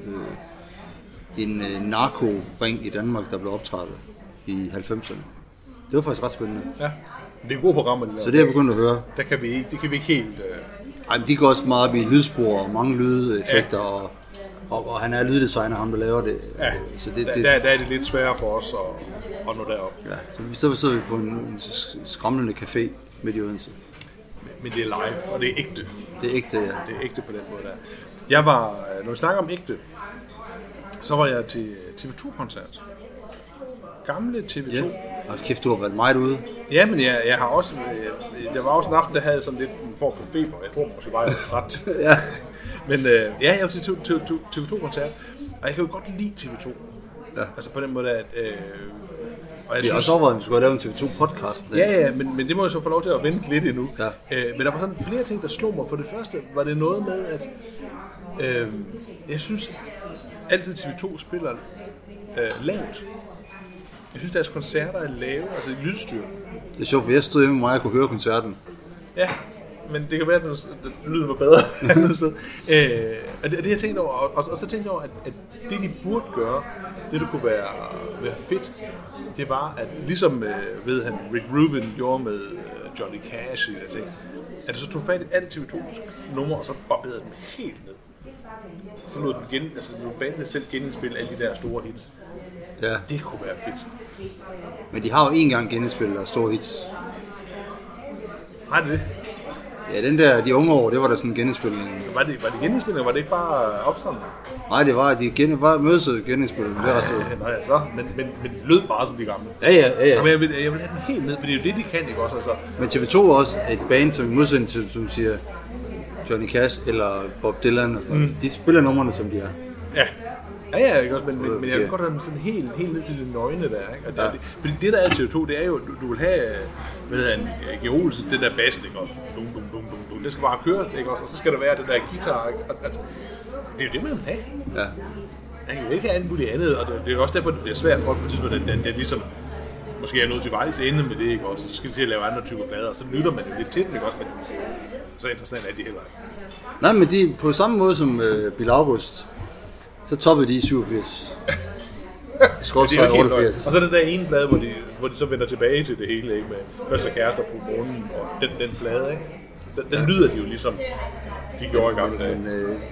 en narko-ring i Danmark, der blev optrædet i 90'erne. Det var faktisk ret spændende. Ja, det er gode programmer. De så det er jeg begyndt at høre. Det kan vi ikke helt... Ej, de går også meget op i lydspor og mange lydeffekter, og han er lyddesigner, ham der laver det. Ja, så der er det lidt sværere for os at nå derop. Ja, så sidder vi på en skramlende café midt i Odense. Men det er live, og det er ægte. Det er ægte, ja. Det er ægte på den måde der. Når vi snakker om ægte, så var jeg til TV2-koncert. Gamle TV2. Ja. Og kæft, du har været meget ude. Ja, men jeg har også... Der var også en aften, der havde sådan lidt en form for feber. Jeg tror måske bare, jeg var træt. Ja. Men jeg var til TV2-koncert, og jeg kan jo godt lide TV2. Ja. Altså på den måde, at... og jeg har også overvejet, at vi skulle have lavet en TV2-podcast. Ja, men det må jeg så få lov til at vente lidt endnu. Ja. Men der var sådan flere ting, der slog mig. For det første var det noget med, at... jeg synes altid TV2 spiller lavt. Jeg synes, deres koncerter er lave, altså lydstyr. Det er sjovt, for jeg stod hjemme med mig og kunne høre koncerten. Ja, men det kan være, at lyden var bedre. Og det jeg tænkte over, og så tænkte jeg over, at det de burde gøre, det der kunne være fedt, det var, at ligesom Rick Rubin gjorde med Johnny Cash, at det så tog fat i alle TV2's numre, og så barberede dem helt ned. Og så lod bandet selv genindspille alle de der store hits. Ja. Det kunne være fedt. Men de har jo en gang genindspillet store hits. Har det? Ja, den der, de unge år, det var der sådan en genindspilning. Var det genindspilning, var det ikke bare opsamling? Nej, det var, de var mødset genindspilning. Nej, så, men det lød bare som de gamle. Ja. Men jeg vil have den helt ned, for det er jo det, de kan, ikke også? Altså. Men TV2 er også et band, som i modsætning til, som siger Johnny Cash eller Bob Dylan og sådan. De spiller numrene, som de er. Ja, ikke også, men jeg vil godt have dem sådan helt ned til de nøgne der, ikke? Og fordi det der er TV2, det er jo, du vil have, G. Olsen, den der bass, ikke også? Dum. Det skal bare køres, ikke også? Og så skal der være den der guitar, ikke? Altså, det er jo det, man vil have. Ja. Man kan jo ikke have alt muligt andet, og det er også derfor, det bliver svært for et på tidspunkt, at det ligesom, måske er noget til vejs ende med det, ikke også? Så skal de til at lave andre typer plader, og så lytter man lidt til den, ikke også? Men så interessant er de heller ikke. Nej, men de på samme måde som Bill August, Så toppede de i 87. Det er jo ikke helt 88. løgn. Og så den der ene plade, hvor de så vender tilbage til det hele, ikke? Med første kærester på månen, og den plade, ikke? Den lyder de jo ligesom, de gjorde i gamle dage.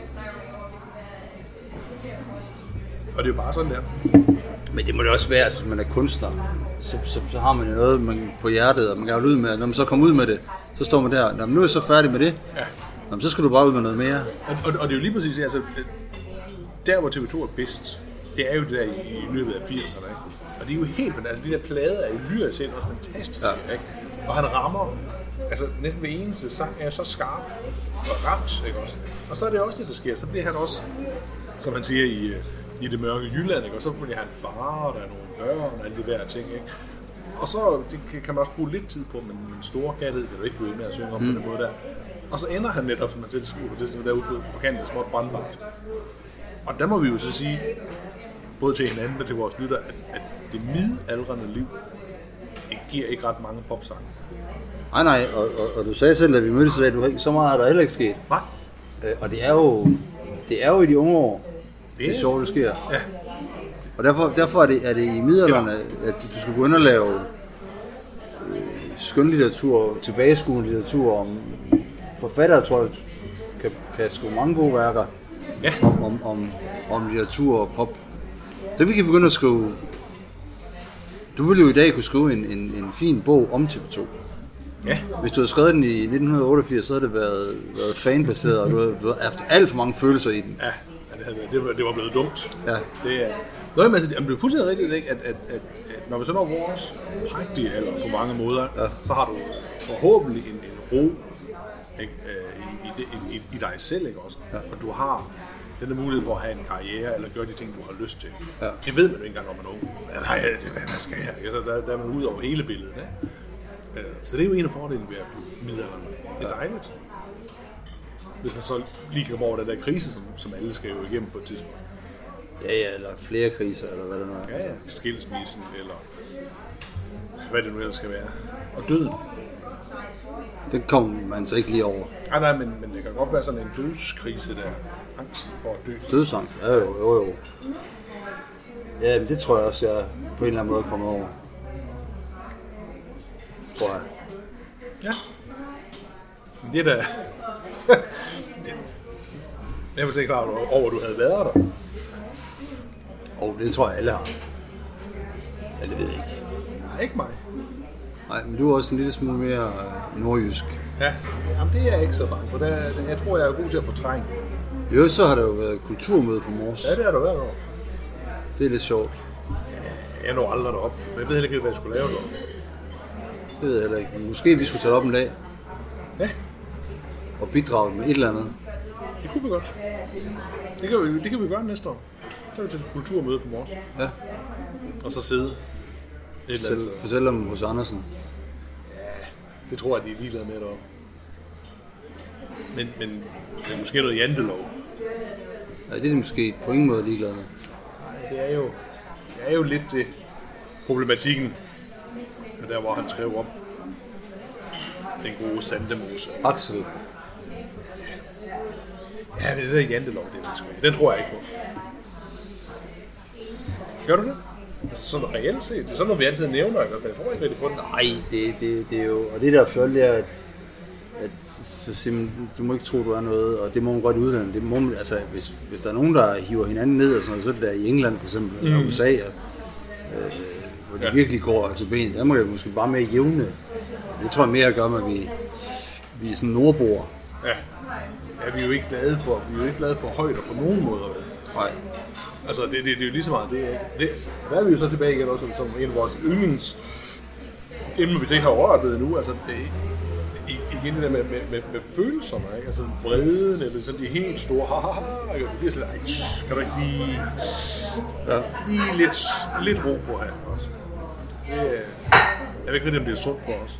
Og det er jo bare sådan der. Men det må det også være, altså, hvis man er kunstner, så har man jo noget man på hjertet, og man kan jo ud med, når man så kommer ud med det, så står man der, når man nu er så færdig med det, ja. Så skal du bare ud med noget mere. Og det er jo lige præcis, altså, der hvor TV2 er bedst, det er jo det der i løbet af 80'erne, ikke? Og det er jo helt fantastisk, altså, de der plader er jo lyrisk set også fantastiske, ja. Ikke? Og han rammer, altså næsten hver eneste sang er så skarp og ramt, ikke også? Og så er det også det, der sker, så bliver han også, som han siger i det mørke Jylland, ikke? Og så bliver han far, og der er nogle børn og alle de der ting, ikke? Og så det kan man også bruge lidt tid på, men en store katted kan du ikke blive med at synge om på den måde der. Og så ender han netop, som man selv skriver, det som derude på kanten af småt brandbart. Og der må vi jo så sige, både til hinanden og til vores lytter, at det midaldrende liv giver ikke ret mange popsange. Nej, og du sagde selv, at vi mødtes i dag, så meget har der heller ikke sket. Nej. Og det er jo i de unge år, det er sjovt, det sker. Ja. Og derfor er det i middelalderen, at du skal gå ind og lave skønlitteratur, tilbageskuende litteratur om forfattere, tror jeg, kan skrive mange gode værker om litteratur og pop. Det vi kan begynde at skrive. Du ville jo i dag kunne skrive en fin bog om TV2. Ja. Hvis du havde skrevet den i 1988, så havde det været fanbaseret, og du havde haft alt for mange følelser i den. Ja, det var blevet dumt. Ja. Det er fuldstændig rigtigt, ikke? At når vi så når vores prægtige alder på mange måder, så har du forhåbentlig en ro, ikke? I dig selv, ikke også? Ja. Og du har den mulighed for at have en karriere, eller gøre de ting, du har lyst til. Ja. Det ved man jo ikke engang, når man er ung. Nej, hvad skal jeg? Så der er man ude over hele billedet. Ikke? Så det er jo en af fordelene ved at blive midaldrende. Det er dejligt. Hvis man så lige kommer over den der krise, som alle skal jo igennem på et tidspunkt. Ja, eller flere kriser, eller hvad det nu er. Ja, skilsmissen, eller hvad det nu ellers skal være. Og døden. Det kommer man så ikke lige over. Nej, men det kan godt være sådan en dødskrise der. Angsten for at dø. Dødsangst? Ja, jo. Ja, men det tror jeg også, jeg på en eller anden måde kommer over. Tror jeg. Ja. Men det er da... Jeg var ikke klar over, at du havde været der. Det tror jeg alle har. Ja, det ved jeg ikke. Nej, ikke mig. Nej, men du er også en lille smule mere nordjysk. Ja, jamen det er jeg ikke så bange på. Jeg tror, jeg er god til at fortrænge. Jo, så har der jo været kulturmøde på Mors. Ja, det har der været år. Det er lidt sjovt. Ja, jeg når aldrig deroppe. Men jeg ved heller ikke, hvad jeg skulle lave deroppe. Det ved jeg heller ikke. Måske vi skulle tage op en dag. Ja. Og bidrage med et eller andet. Det kunne vi godt. Det kan vi gøre næste år. Så er vi til et kulturmøde på Mors. Ja. Og så sidde Fortæl om hos Andersen. Ja, det tror jeg, de er ligeglade med deroppe. Men måske noget jantelov. Ja, det er de måske på ingen måde ligeglade med. Nej, det er jo lidt til problematikken, der hvor han skrev om den gode Sandemose. Axel. Ja, det er det der jantelov, det er det. Den tror jeg ikke på. Gør du det? Altså sådan reelt set, det er sådan noget, vi altid nævner, men jeg tror ikke rigtig på det. Nej, det er jo, og det der følge er, at så du må ikke tro, du er noget, og det må man godt uddanne. Det må man, altså, hvis der er nogen, der hiver hinanden ned, og sådan noget, så er det der i England for eksempel, eller USA, hvor det virkelig går til benet. Der må det måske bare mere jævne. Det tror jeg mere at gøre med, at vi er sådan nordboer. Ja, vi er jo ikke glade for højder på nogen måder. Nej. Altså, det er jo lige så meget. Der er vi jo så tilbage igen også, som en af vores yndlings, inden vi ikke har rørt det endnu, altså igen det der med følelserne, ikke? Altså vreden, eller sådan de helt store, ikke? Det er sådan, kan du ikke lige lidt ro på her også. Jeg ved ikke rigtig, om det er sundt for os.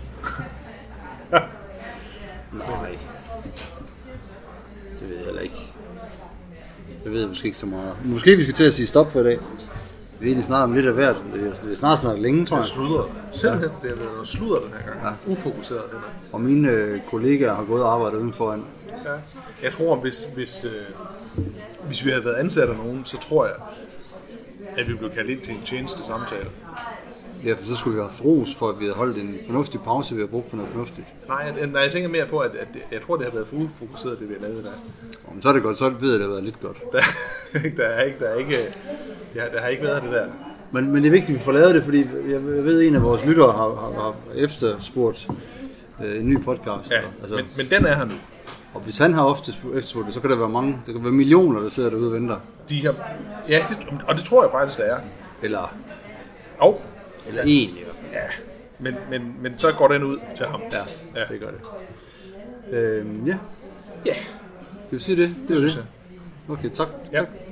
Nej. Det ved jeg heller ikke. Det ved jeg måske ikke så meget. Måske vi skal til at sige stop for i dag. Vi er egentlig snart om lidt af hvert. Det er snart længe, tror jeg. Det er sludder. Simpelthen, det er noget sludder den her gang. Ja. Ufokuseret heller. Og mine kollegaer har gået og arbejdet udenforan. Ja. Jeg tror, hvis hvis vi havde været ansat af nogen, så tror jeg, at vi blev kaldt ind til en tjenestesamtale. Ja, for så skulle vi have haft ros for, at vi havde holdt en fornuftig pause, vi har brugt på noget fornuftigt. Nej, jeg tænker mere på, at jeg tror, det har været for ufokuseret, det vi har lavet der. Om så er det godt, så ved jeg, at det har været lidt godt. Der har ikke været det der. Men det er vigtigt, at vi får lavet det, fordi jeg ved, at en af vores lyttere har efterspurgt en ny podcast. Ja, altså, men den er her nu. Og hvis han har ofte efterspurgt det, så kan der være mange, der kan være millioner, der sidder derude og venter. Og det tror jeg faktisk, det er. Eller egentlig. Ja, men så går den ud til ham. Ja. Det gør det. Ja. Skal vi sige det? Det er det. Okay, tak. Ja.